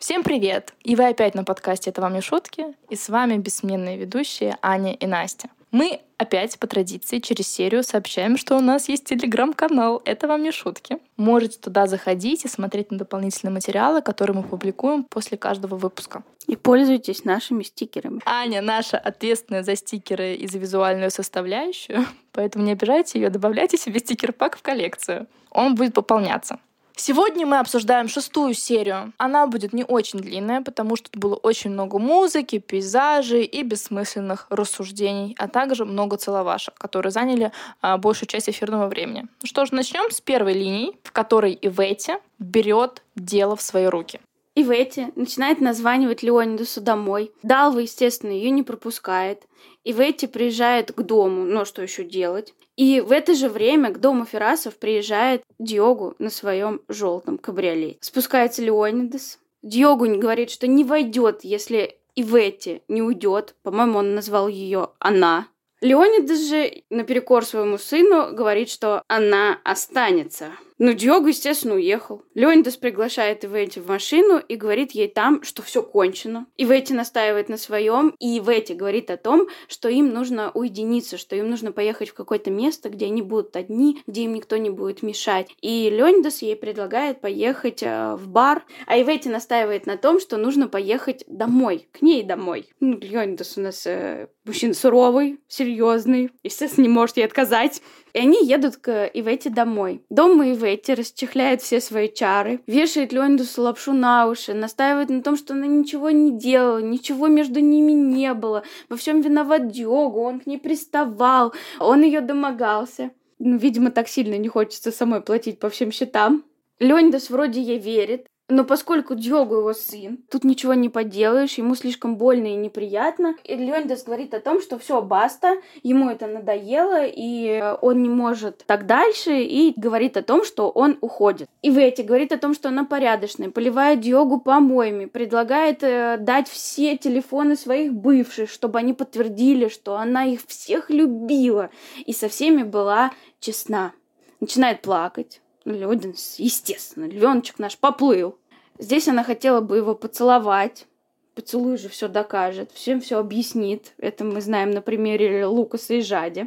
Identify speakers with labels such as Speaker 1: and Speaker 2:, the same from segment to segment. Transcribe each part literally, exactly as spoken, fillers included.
Speaker 1: Всем привет! И вы опять на подкасте «Это вам не шутки», и с вами бессменные ведущие Аня и Настя. Мы опять по традиции через серию сообщаем, что у нас есть телеграм-канал «Это вам не шутки». Можете туда заходить и смотреть на дополнительные материалы, которые мы публикуем после каждого выпуска.
Speaker 2: И пользуйтесь нашими стикерами.
Speaker 1: Аня наша ответственная за стикеры и за визуальную составляющую, поэтому не обижайте ее, добавляйте себе стикер-пак в коллекцию. Он будет пополняться. Сегодня мы обсуждаем шестую серию. Она будет не очень длинная, потому что тут было очень много музыки, пейзажей и бессмысленных рассуждений, а также много целовашек, которые заняли а, большую часть эфирного времени. Ну что ж, начнем с первой линии, в которой Иветти берет дело в свои руки.
Speaker 2: Иветти начинает названивать Леонидасу домой. Далва, естественно, ее не пропускает. Иветти приезжает к дому, но что еще делать? И в это же время к дому Ферасов приезжает Диогу на своем желтом кабриолете. Спускается Леонидас. Диогу говорит, что не войдет, если Иветти не уйдет. По-моему, он назвал ее «она». Леонидас же, наперекор своему сыну, говорит, что она останется. Ну, Диогу, естественно, уехал. Леонидас приглашает Иветти в машину и говорит ей там, что все кончено. Иветти настаивает на своем, и Иветти говорит о том, что им нужно уединиться, что им нужно поехать в какое-то место, где они будут одни, где им никто не будет мешать. И Леонидас ей предлагает поехать э, в бар, а Иветти настаивает на том, что нужно поехать домой, к ней домой. Ну, Леонидас у нас э, мужчина суровый, серьезный, естественно, не может ей отказать. И они едут к Иветти домой. Дома Иветти расчехляет все свои чары, вешает Леонидасу лапшу на уши, настаивает на том, что она ничего не делала, ничего между ними не было. Во всем виноват Диогу, он к ней приставал, он ее домогался. Ну, видимо, так сильно не хочется самой платить по всем счетам. Леонидас вроде ей верит. Но поскольку Диогу его сын, тут ничего не поделаешь, ему слишком больно и неприятно. И Леонидас говорит о том, что все, баста, ему это надоело, и он не может так дальше, и говорит о том, что он уходит. Иветти говорит о том, что она порядочная, поливает Диогу помоями, предлагает э, дать все телефоны своих бывших, чтобы они подтвердили, что она их всех любила и со всеми была честна. Начинает плакать. Леонидас, естественно, львеночек наш поплыл. Здесь она хотела бы его поцеловать. Поцелуй же все докажет, всем все объяснит. Это мы знаем на примере Лукаса и Жади.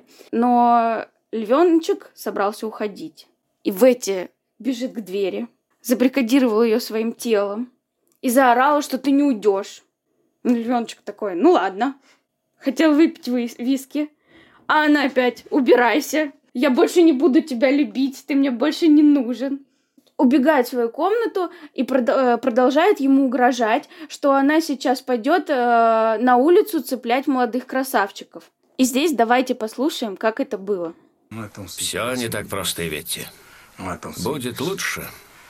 Speaker 2: Но львеночек собрался уходить. Иветти бежит к двери, забаррикадировала ее своим телом и заорала, что ты не уйдешь. Львеночек такой, ну ладно. Хотел выпить виски, а она опять, убирайся. Я больше не буду тебя любить, ты мне больше не нужен. Убегает в свою комнату и прод- продолжает ему угрожать, что она сейчас пойдет э, на улицу цеплять молодых красавчиков. И здесь давайте послушаем, как это было.
Speaker 3: Все не так просто, Иветти. Будет лучше,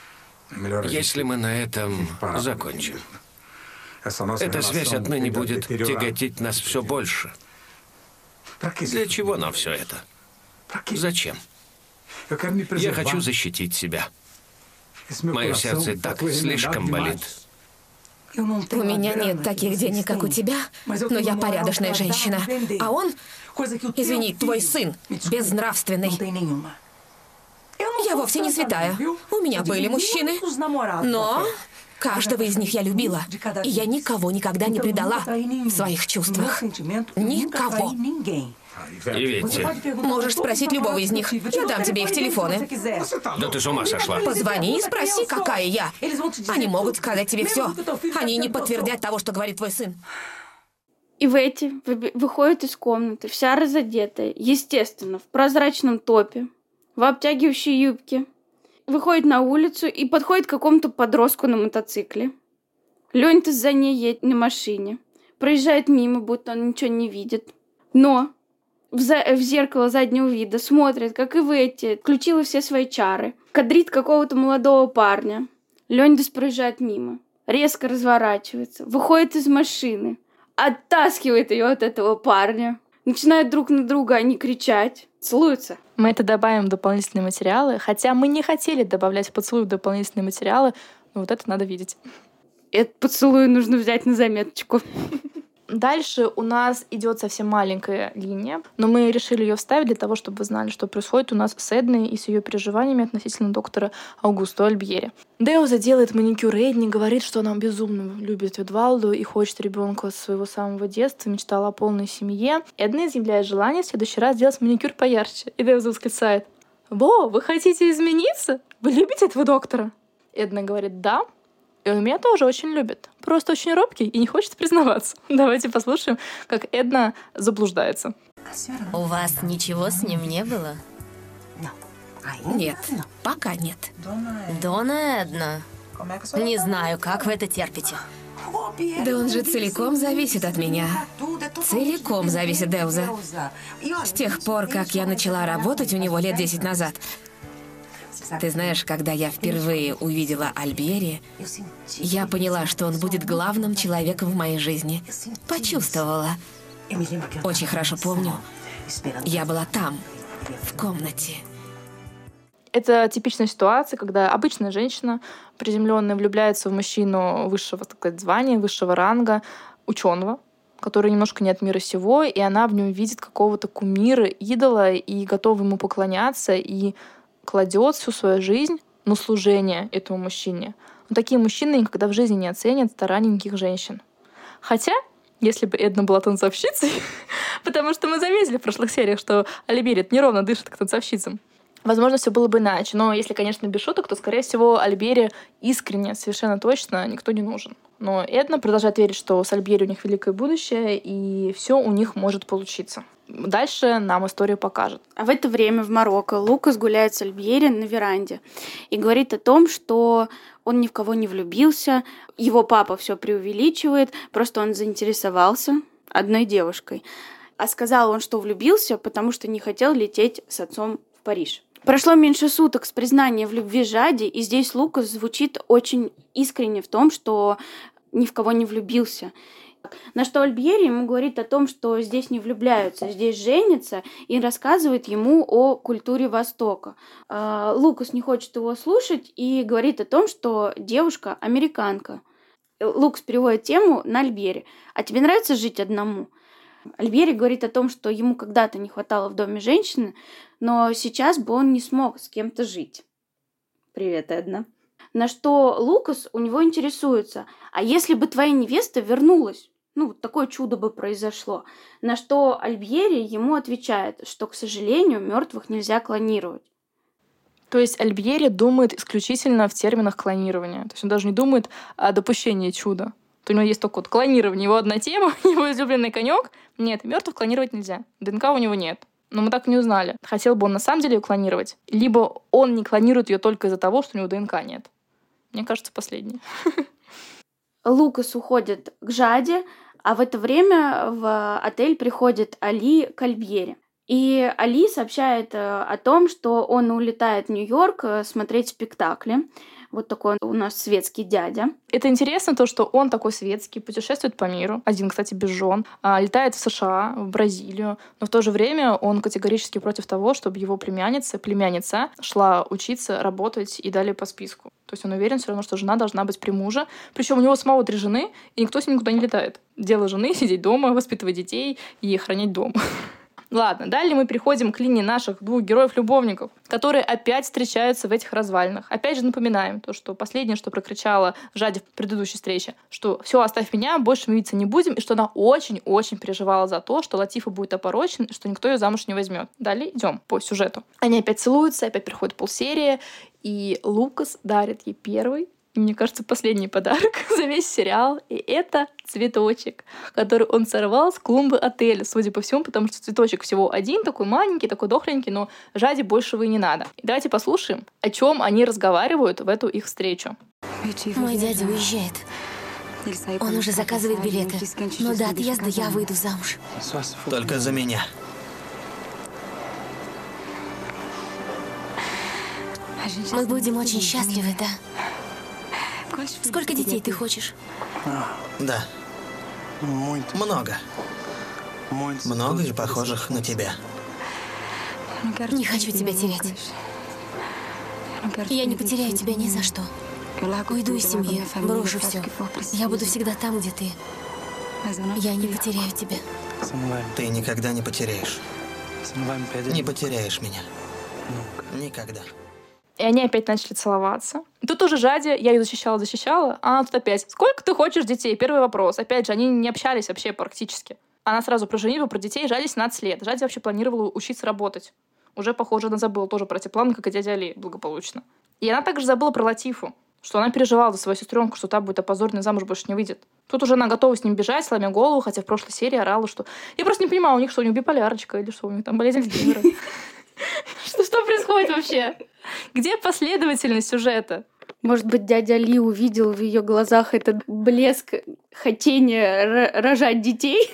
Speaker 3: если мы на этом закончим. Эта связь отныне будет тяготить нас все больше. Для чего нам все это? Зачем? Я хочу защитить себя. Мое сердце и так слишком болит.
Speaker 4: У меня нет таких денег, как у тебя, но я порядочная женщина. А он, извини, твой сын, безнравственный. Я вовсе не святая. У меня были мужчины, но каждого из них я любила. И я никого никогда не предала в своих чувствах. Никого.
Speaker 3: Иветти.
Speaker 4: Можешь спросить любого из них. Я дам тебе их телефоны.
Speaker 3: Да ты с ума сошла.
Speaker 4: Позвони и спроси, какая я. Они могут сказать тебе все. Они не подтвердят того, что говорит твой сын.
Speaker 2: Иветти выходит из комнаты, вся разодетая, естественно, в прозрачном топе, в обтягивающей юбке. Выходит на улицу и подходит к какому-то подростку на мотоцикле. Леонидас за ней едет на машине. Проезжает мимо, будто он ничего не видит. Но в, за- в зеркало заднего вида смотрит, как Иветти включила все свои чары. Кадрит какого-то молодого парня. Леонидас проезжает мимо. Резко разворачивается. Выходит из машины. Оттаскивает ее от этого парня. Начинают друг на друга они кричать. Целуются.
Speaker 1: Мы это добавим в дополнительные материалы, хотя мы не хотели добавлять в поцелуй в дополнительные материалы, но вот это надо видеть.
Speaker 2: Этот поцелуй нужно взять на заметочку.
Speaker 1: Дальше у нас идет совсем маленькая линия, но мы решили ее вставить для того, чтобы вы знали, что происходит у нас с Эдной и с ее переживаниями относительно доктора Аугусто Альбьери. Деуза делает маникюр Эдне, говорит, что она безумно любит Эдвалду и хочет ребенка с своего самого детства, мечтала о полной семье. Эдна изъявляет желание в следующий раз сделать маникюр поярче. И Деуза восклицает: «Во, вы хотите измениться? Вы любите этого доктора?» Эдна говорит: «Да. И он меня тоже очень любит. Просто очень робкий и не хочет признаваться». Давайте послушаем, как Эдна заблуждается.
Speaker 5: У вас ничего с ним не было?
Speaker 4: Нет, пока нет.
Speaker 5: Дона Эдна. Не знаю, как вы это терпите.
Speaker 4: Да он же целиком зависит от меня. Целиком зависит, Деуза. С тех пор, как я начала работать у него лет десять назад. Ты знаешь, когда я впервые увидела Альбьери, я поняла, что он будет главным человеком в моей жизни. Почувствовала. Очень хорошо помню. Я была там, в комнате.
Speaker 1: Это типичная ситуация, когда обычная женщина, приземленная, влюбляется в мужчину высшего, так сказать, звания, высшего ранга, ученого, который немножко не от мира сего, и она в нем видит какого-то кумира, идола, и готова ему поклоняться, и кладет всю свою жизнь на служение этому мужчине. Но такие мужчины никогда в жизни не оценят старанненьких женщин. Хотя, если бы Эдна была танцовщицей, потому что мы заметили в прошлых сериях, что Альбьери неровно дышит к танцовщицам, возможно, все было бы иначе. Но если, конечно, без шуток, то, скорее всего, Альбьери искренне, совершенно точно никто не нужен. Но Эдна продолжает верить, что с Альбьери у них великое будущее, и все у них может получиться. Дальше нам история покажет.
Speaker 2: А в это время в Марокко Лукас гуляет с Альбьери на веранде и говорит о том, что он ни в кого не влюбился, его папа все преувеличивает, просто он заинтересовался одной девушкой. А сказал он, что влюбился, потому что не хотел лететь с отцом в Париж. Прошло меньше суток с признания в любви Жади, и здесь Лукас звучит очень искренне в том, что ни в кого не влюбился. На что Альбьери ему говорит о том, что здесь не влюбляются, здесь женятся, и рассказывает ему о культуре Востока. Лукас не хочет его слушать и говорит о том, что девушка американка. Лукас переводит тему на Альбьери. «А тебе нравится жить одному?» Альбьери говорит о том, что ему когда-то не хватало в доме женщины, но сейчас бы он не смог с кем-то жить. «Привет, Эдна». На что Лукас у него интересуется: «А если бы твоя невеста вернулась? Ну, вот такое чудо бы произошло». На что Альбьери ему отвечает, что, к сожалению, мертвых нельзя клонировать.
Speaker 1: То есть Альбьери думает исключительно в терминах клонирования. То есть он даже не думает о допущении чуда. То у него есть только вот клонирование, его одна тема, его излюбленный конек. Нет, мертвых клонировать нельзя. ДНК у него нет. Но мы так и не узнали, хотел бы он на самом деле ее клонировать, либо он не клонирует ее только из-за того, что у него ДНК нет. Мне кажется, последнее.
Speaker 2: Лукас уходит к Жаде, а в это время в отель приходит Али к Альбьери. И Али сообщает о том, что он улетает в Нью-Йорк смотреть спектакли. Вот такой у нас светский дядя.
Speaker 1: Это интересно, то, что он такой светский, путешествует по миру. Один, кстати, без жен. Летает в США, в Бразилию. Но в то же время он категорически против того, чтобы его племянница, племянница шла учиться, работать и далее по списку. То есть он уверен все равно, что жена должна быть при муже. Причем у него самого три жены, и никто с ним никуда не летает. Дело жены — сидеть дома, воспитывать детей и охранять дом. Ладно, далее мы переходим к линии наших двух героев-любовников, которые опять встречаются в этих развалинах. Опять же напоминаем то, что последнее, что прокричала Жади в предыдущей встрече, что все, оставь меня, больше мы видеться не будем, и что она очень-очень переживала за то, что Латифа будет опорочен, и что никто ее замуж не возьмет. Далее идем по сюжету. Они опять целуются, опять приходит полсерии, и Лукас дарит ей первый, мне кажется, последний подарок за весь сериал. И это цветочек, который он сорвал с клумбы отеля, судя по всему, потому что цветочек всего один, такой маленький, такой дохленький, но Жаде большего и не надо. И давайте послушаем, о чем они разговаривают в эту их встречу.
Speaker 5: Мой дядя уезжает. Он уже заказывает билеты. Но до отъезда я выйду замуж.
Speaker 6: Только за меня.
Speaker 5: Мы будем очень счастливы, да? Сколько детей ты хочешь?
Speaker 6: Да. Много. Много и похожих на тебя.
Speaker 5: Не хочу тебя терять. Я не потеряю тебя ни за что. Уйду из семьи, брошу все. Я буду всегда там, где ты. Я не потеряю тебя.
Speaker 6: Ты никогда не потеряешь. Не потеряешь меня. Никогда.
Speaker 1: И они опять начали целоваться. И тут уже Жади, я ее защищала, защищала, а она тут опять: сколько ты хочешь детей? Первый вопрос. Опять же, они не общались вообще практически. Она сразу про женитьбу, про детей. Жади семнадцать лет. Жади вообще планировала учиться работать. Уже, похоже, она забыла тоже про эти планы, как и дядя Али, благополучно. И она также забыла про Латифу, что она переживала за свою сестренку, что та будет опозорена, замуж больше не выйдет. Тут уже она готова с ним бежать, сломя голову, хотя в прошлой серии орала, что... Я просто не понимаю, у них что, у них биполярочка или что, у них там болезнь Альцгеймера? Что, что происходит вообще? Где последовательность сюжета?
Speaker 2: Может быть, дядя Ли увидел в ее глазах этот блеск хотения рожать детей?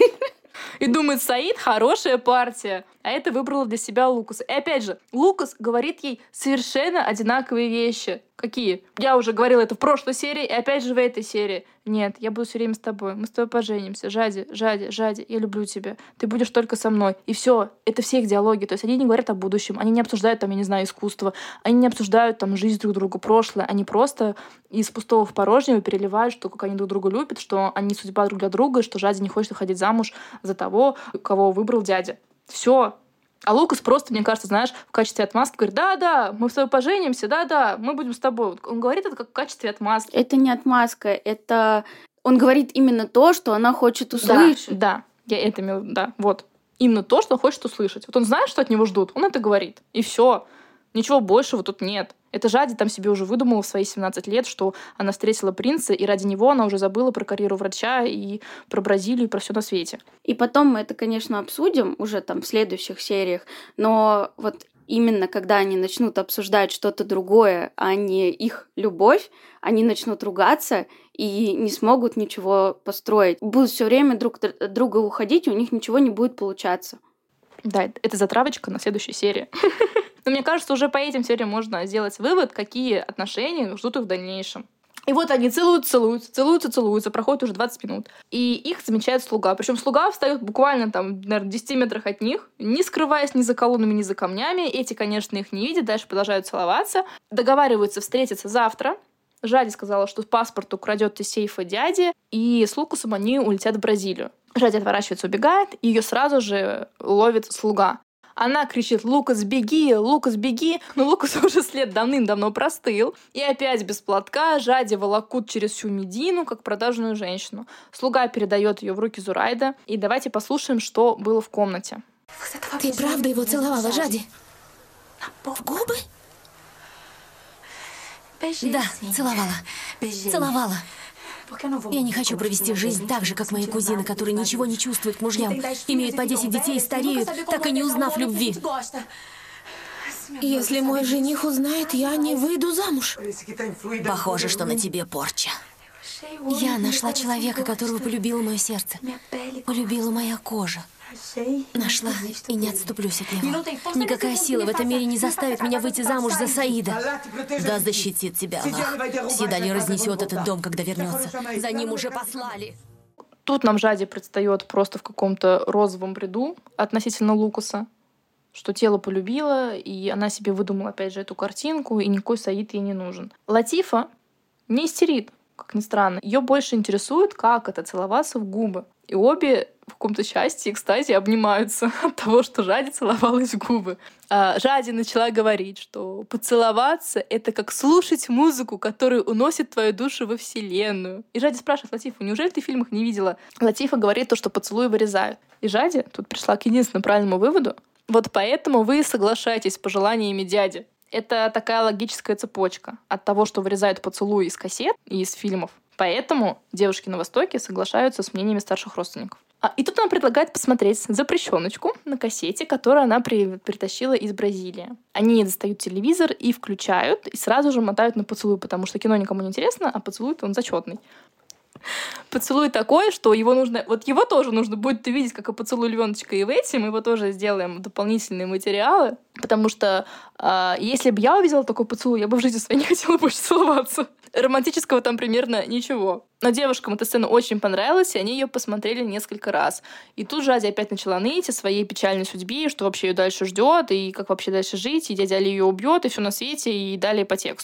Speaker 1: И думает, Саид хорошая партия. А это выбрала для себя Лукас. И опять же, Лукас говорит ей совершенно одинаковые вещи. Какие? Я уже говорила это в прошлой серии, и опять же в этой серии. Нет, я буду все время с тобой. Мы с тобой поженимся. Жади, Жади, Жади, я люблю тебя. Ты будешь только со мной. И все. Это все их диалоги. То есть они не говорят о будущем. Они не обсуждают там, я не знаю, искусство. Они не обсуждают там жизнь друг друга, прошлое. Они просто из пустого в порожнее переливают, что как они друг друга любят, что они судьба друг для друга, и что Жади не хочет выходить замуж за того, кого выбрал дядя. Все. А Лукас просто, мне кажется, знаешь, в качестве отмазки говорит: да-да, мы с тобой поженимся, да-да, мы будем с тобой. Он говорит это как в качестве отмазки.
Speaker 2: Это не отмазка, это... Он говорит именно то, что она хочет услышать.
Speaker 1: Да, да, я это имела, да, вот. Именно то, что он хочет услышать. Вот он знает, что от него ждут, он это говорит. И все. Ничего большего тут нет. Это Жади там себе уже выдумала в свои семнадцать лет, что она встретила принца, и ради него она уже забыла про карьеру врача и про Бразилию, и про все на свете.
Speaker 2: И потом мы это, конечно, обсудим уже там в следующих сериях, но вот именно когда они начнут обсуждать что-то другое, а не их любовь, они начнут ругаться и не смогут ничего построить. Будут все время друг от друга уходить, и у них ничего не будет получаться.
Speaker 1: Да, это затравочка на следующей серии. Но мне кажется, уже по этим сериям можно сделать вывод, какие отношения ждут их в дальнейшем. И вот они целуются, целуются, целуются, целуются, проходит уже двадцать минут. И их замечает слуга. Причем слуга встает буквально там, наверное, в десяти метрах от них, не скрываясь ни за колоннами, ни за камнями. Эти, конечно, их не видят, дальше продолжают целоваться. Договариваются встретиться завтра. Жади сказала, что паспорт украдет из сейфа дяди, и с Лукасом они улетят в Бразилию. Жади отворачивается, убегает, и ее сразу же ловит слуга. Она кричит: «Лукас, беги! Лукас, беги!» Но Лукасу уже след давным-давно простыл. И опять без платка Жади волокут через всю Медину, как продажную женщину. Слуга передает ее в руки Зурайда. И давайте послушаем, что было в комнате.
Speaker 5: Ты правда его целовала, Жади? В губы? Да, целовала. Целовала. Я не хочу провести жизнь так же, как мои кузины, которые ничего не чувствуют к мужьям, имеют по десять детей и стареют, так и не узнав любви. Если мой жених узнает, я не выйду замуж. Похоже, что на тебе порча. Я нашла человека, которого полюбило мое сердце. Полюбила моя кожа. Нашла и не отступлюсь от него. Никакая сила в этом мире не заставит меня выйти замуж за Саида. Да защитит тебя Аллах. Сидали разнесет этот дом, когда вернется. За ним уже послали.
Speaker 1: Тут нам Жади предстает просто в каком-то розовом бреду относительно Лукаса, что тело полюбило, и она себе выдумала опять же эту картинку, и никакой Саид ей не нужен. Латифа не истерит, как ни странно. Ее больше интересует, как это целоваться в губы. И обе в каком-то счастье, кстати, обнимаются от того, что Жади целовалась в губы. А Жади начала говорить, что поцеловаться — это как слушать музыку, которая уносит твою душу во вселенную. И Жади спрашивает Латифу: неужели ты в фильмах не видела? Латифа говорит то, что поцелуи вырезают. И Жади тут пришла к единственному правильному выводу: вот поэтому вы соглашаетесь с пожеланиями дяди. Это такая логическая цепочка от того, что вырезают поцелуи из кассет и из фильмов. Поэтому девушки на Востоке соглашаются с мнениями старших родственников. А, и тут она предлагает посмотреть запрещеночку на кассете, которую она при, притащила из Бразилии. Они достают телевизор и включают, и сразу же мотают на поцелуй, потому что кино никому не интересно, а поцелуй-то он зачетный. Поцелуй такой, что его нужно... Вот его тоже нужно будет видеть, как и поцелуй львеночка, и в этом мы его тоже сделаем дополнительные материалы, потому что э, если бы я увидела такой поцелуй, я бы в жизни своей не хотела больше целоваться. Романтического там примерно ничего. Но девушкам эта сцена очень понравилась, и они ее посмотрели несколько раз. И тут Жади опять начала ныть о своей печальной судьбе, что вообще ее дальше ждет, и как вообще дальше жить, и дядя Али ее убьет, и все на свете, и далее по тексту.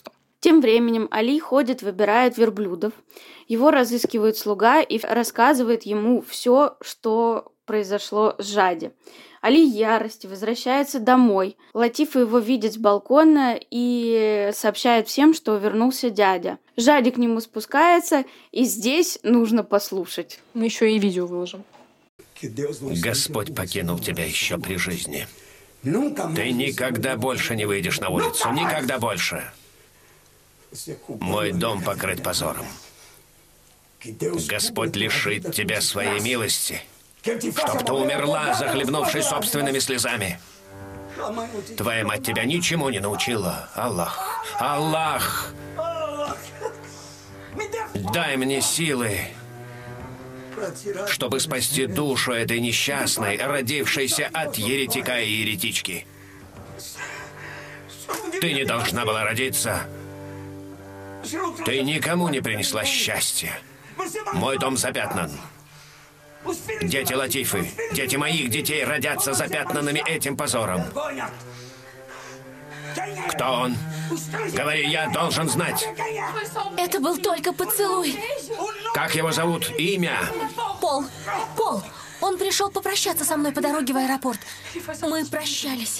Speaker 2: Тем временем Али ходит, выбирает верблюдов. Его разыскивает слуга и рассказывает ему все, что произошло с Жади. Али в ярости возвращается домой. Латифа его видит с балкона и сообщает всем, что вернулся дядя. Жади к нему спускается, и здесь нужно послушать.
Speaker 1: Мы еще и видео выложим.
Speaker 3: Господь покинул тебя еще при жизни. Ты никогда больше не выйдешь на улицу. Никогда больше. Мой дом покрыт позором. Господь лишит тебя своей милости, чтоб ты умерла, захлебнувшись собственными слезами. Твоя мать тебя ничему не научила. Аллах, Аллах, дай мне силы, чтобы спасти душу этой несчастной, родившейся от еретика и еретички. Ты не должна была родиться. Ты никому не принесла счастья. Мой дом запятнан. Дети Латифы, дети моих детей родятся запятнанными этим позором. Кто он? Говори, я должен знать.
Speaker 5: Это был только поцелуй.
Speaker 3: Как его зовут? Имя?
Speaker 5: Пол. Пол. Он пришел попрощаться со мной по дороге в аэропорт. Мы прощались.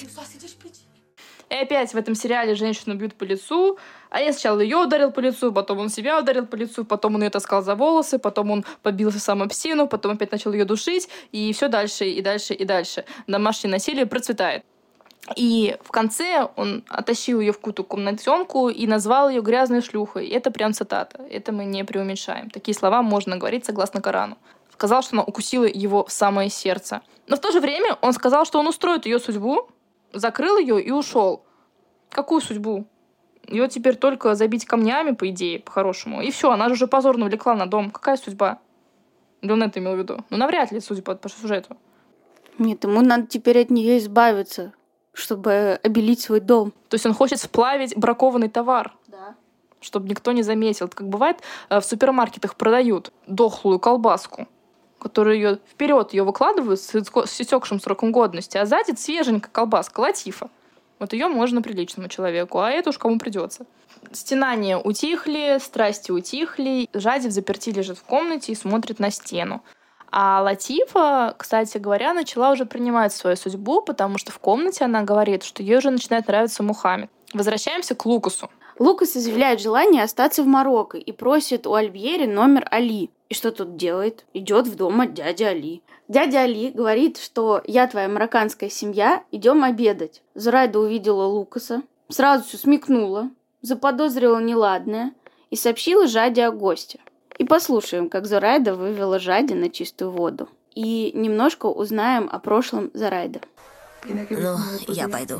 Speaker 1: И опять в этом сериале женщину бьют по лицу, а я сначала ее ударил по лицу, потом он себя ударил по лицу, потом он ее таскал за волосы, потом он побился сам об стену, потом опять начал ее душить, и все дальше, и дальше, и дальше. Домашнее насилие процветает. И в конце он оттащил ее в какую-то комнатенку и назвал ее грязной шлюхой. И это прям цитата. Это мы не преуменьшаем. Такие слова можно говорить согласно Корану. Сказал, что она укусила его в самое сердце. Но в то же время он сказал, что он устроит ее судьбу, закрыл ее и ушел. Какую судьбу? Ее теперь только забить камнями, по идее, по-хорошему. И все, она же уже позорно влекла на дом. Какая судьба? Или он это имел в виду? Ну, навряд ли, судя по, по сюжету.
Speaker 2: Нет, ему надо теперь от нее избавиться, чтобы обелить свой дом.
Speaker 1: То есть он хочет сплавить бракованный товар.
Speaker 2: Да.
Speaker 1: Чтобы никто не заметил. Как бывает, в супермаркетах продают дохлую колбаску, которую ее вперед ее выкладывают с истекшим сроком годности, а сзади свеженькая колбаска, Латифа. Вот ее можно приличному человеку, а это уж кому придется. Стенания утихли, страсти утихли. Жади взаперти лежит в комнате и смотрит на стену. А Латифа, кстати говоря, начала уже принимать свою судьбу, потому что в комнате она говорит, что ей уже начинает нравиться Мухаммед. Возвращаемся к Лукасу.
Speaker 2: Лукас изъявляет желание остаться в Марокко и просит у Альбьери номер Али. И что тут делает? Идет в дом от дяди Али. Дядя Али говорит, что я твоя марокканская семья, идем обедать. Зурайда увидела Лукаса, сразу все смекнула, заподозрила неладное и сообщила Жаде о госте. И послушаем, как Зурайда вывела Жади на чистую воду. И немножко узнаем о прошлом Зурайды.
Speaker 5: Ну, я пойду.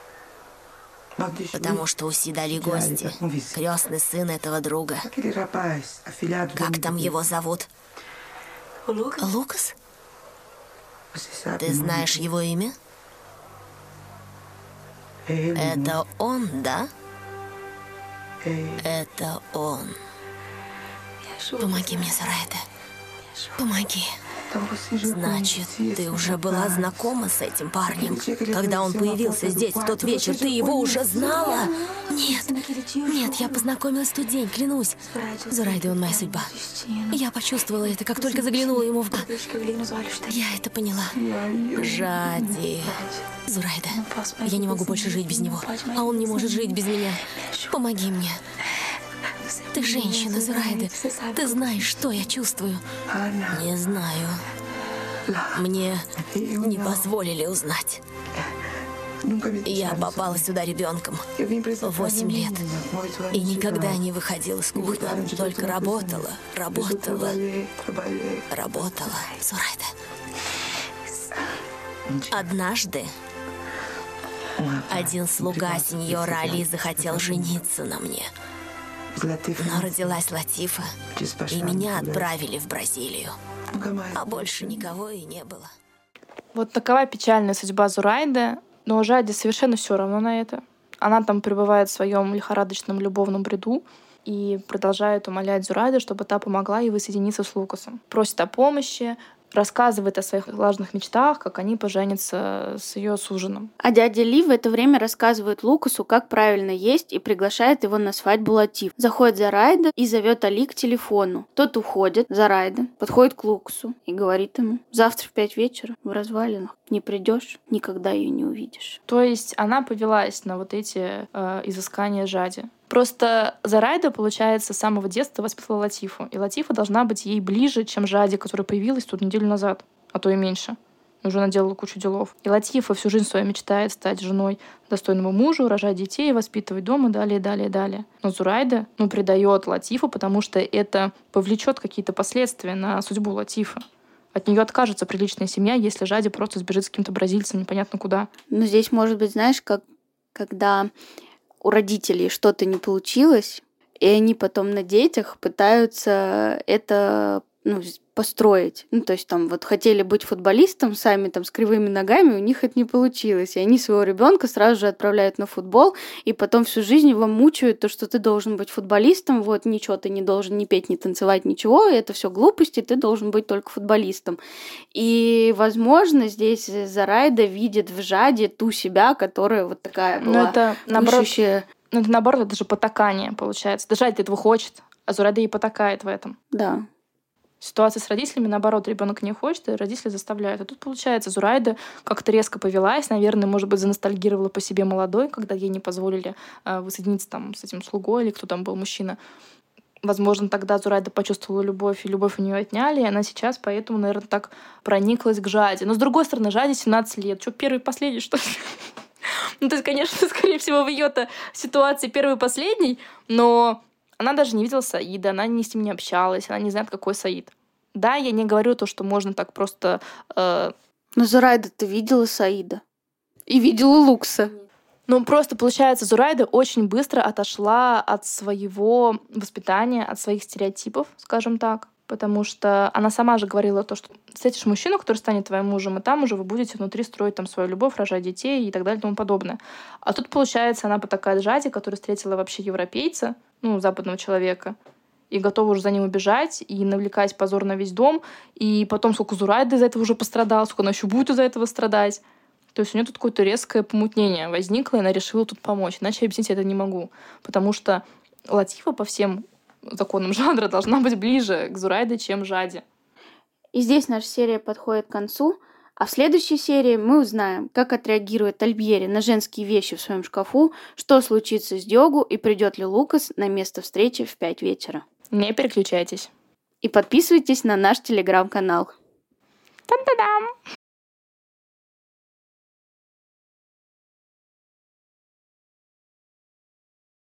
Speaker 5: Потому что у Сидали гости. Крестный сын этого друга. Как там его зовут? Лукас? Ты знаешь его имя? Это он, да? Это он. Помоги мне, Зурайда. Помоги. Значит, ты уже была знакома с этим парнем? Когда он появился здесь в тот вечер, ты его уже знала? Нет, нет, я познакомилась в тот день, клянусь. Зурайда, он моя судьба. Я почувствовала это, как только заглянула ему в глаза. Я это поняла. Жади. Зурайда, я не могу больше жить без него, а он не может жить без меня. Помоги мне. Ты женщина, Зурайда. Ты знаешь, что я чувствую. Не знаю. Мне не позволили узнать. Я попала сюда ребенком. Восемь лет. И никогда не выходила с кухни. Только работала, работала, работала. Зурайда. Однажды один слуга сеньора Али захотел жениться на мне. Но родилась Латифа, и меня отправили в Бразилию. А больше никого и не было.
Speaker 1: Вот такова печальная судьба Зурайды, но Жаде совершенно все равно на это. Она там пребывает в своем лихорадочном любовном бреду и продолжает умолять Зурайду, чтобы та помогла ей воссоединиться с Лукасом. Просит о помощи, рассказывает о своих влажных мечтах, как они поженятся с ее суженым.
Speaker 2: А дядя Ли в это время рассказывает Лукасу, как правильно есть, и приглашает его на свадьбу Латиф. Заходит Зорайда и зовет Али к телефону. Тот уходит, Зорайда подходит к Лукасу и говорит ему: завтра в пять вечера в развалинах не придешь, никогда ее не увидишь.
Speaker 1: То есть она повелась на вот эти э, изыскания Жади. Просто Зорайда, получается, с самого детства воспитывала Латифу. И Латифа должна быть ей ближе, чем Жади, которая появилась тут неделю назад, а то и меньше. Уже наделала кучу делов. И Латифа всю жизнь свою мечтает стать женой достойного мужа, рожать детей, воспитывать дома, далее, далее, далее. Но Зорайда, ну, предает Латифу, потому что это повлечет какие-то последствия на судьбу Латифы. От нее откажется приличная семья, если Жади просто сбежит с каким-то бразильцем непонятно куда.
Speaker 2: Но здесь, может быть, знаешь, как когда у родителей что-то не получилось, и они потом на детях пытаются это, ну, построить. Ну, то есть там вот хотели быть футболистом сами там с кривыми ногами, у них это не получилось. И они своего ребенка сразу же отправляют на футбол, и потом всю жизнь его мучают, то, что ты должен быть футболистом, вот ничего ты не должен ни петь, ни танцевать, ничего, это все глупости, ты должен быть только футболистом. И, возможно, здесь Зорайда видит в Жаде ту себя, которая вот такая была.
Speaker 1: Но это, наоборот,
Speaker 2: ищущая...
Speaker 1: ну, это, наоборот, это же потакание, получается. Да Жади этого хочет, а Зорайда ей потакает в этом.
Speaker 2: Да.
Speaker 1: Ситуация с родителями, наоборот, ребенок не хочет, и родители заставляют. А тут, получается, Зорайда как-то резко повелась, наверное, может быть, заностальгировала по себе молодой, когда ей не позволили э, воссоединиться там с этим слугой или кто там был мужчина. Возможно, тогда Зорайда почувствовала любовь, и любовь у нее отняли, и она сейчас поэтому, наверное, так прониклась к Жаде. Но, с другой стороны, Жаде семнадцать лет. Что, первый и последний, что ли? Ну, то есть, конечно, скорее всего, в ее-то ситуации первый и последний, но она даже не видела Саида, она ни с ним не общалась, она не знает, какой Саид. Да, я не говорю то, что можно так просто... Э...
Speaker 2: Но Зорайда, ты видела Саида? И видела Лукса.
Speaker 1: Ну, просто, получается, Зорайда очень быстро отошла от своего воспитания, от своих стереотипов, скажем так. Потому что она сама же говорила то, что встретишь мужчину, который станет твоим мужем, и там уже вы будете внутри строить там свою любовь, рожать детей и так далее и тому подобное. А тут, получается, она потакает Жаде, которая встретила вообще европейца, ну, западного человека, и готова уже за ним убежать, и навлекать позор на весь дом, и потом сколько Зорайда из-за этого уже пострадала, сколько она еще будет из-за этого страдать. То есть у нее тут какое-то резкое помутнение возникло, и она решила тут помочь. Иначе я объяснить это не могу. Потому что Латифа по всем законам жанра должна быть ближе к Зорайде, чем Жаде.
Speaker 2: И здесь наша серия подходит к концу. А в следующей серии мы узнаем, как отреагирует Альбьери на женские вещи в своем шкафу, что случится с Диогу и придет ли Лукас на место встречи в пять вечера.
Speaker 1: Не переключайтесь.
Speaker 2: И подписывайтесь на наш телеграм-канал.
Speaker 1: Тан-та-дам!